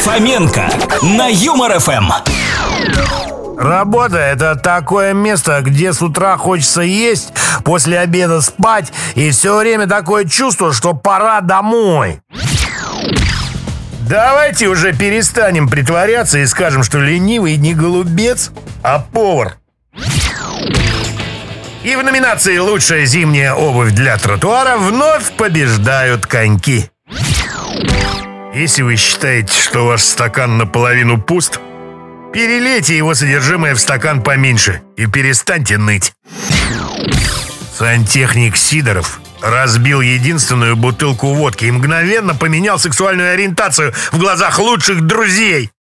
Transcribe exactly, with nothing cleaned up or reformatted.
Фоменко на Юмор эф эм. Работа – это такое место, где с утра хочется есть, после обеда спать, и все время такое чувство, что пора домой. Давайте уже перестанем притворяться и скажем, что ленивый не голубец, а повар. И в номинации «Лучшая зимняя обувь для тротуара» вновь побеждают коньки. Если вы считаете, что ваш стакан наполовину пуст, перелейте его содержимое в стакан поменьше и перестаньте ныть. Сантехник Сидоров разбил единственную бутылку водки и мгновенно поменял сексуальную ориентацию в глазах лучших друзей.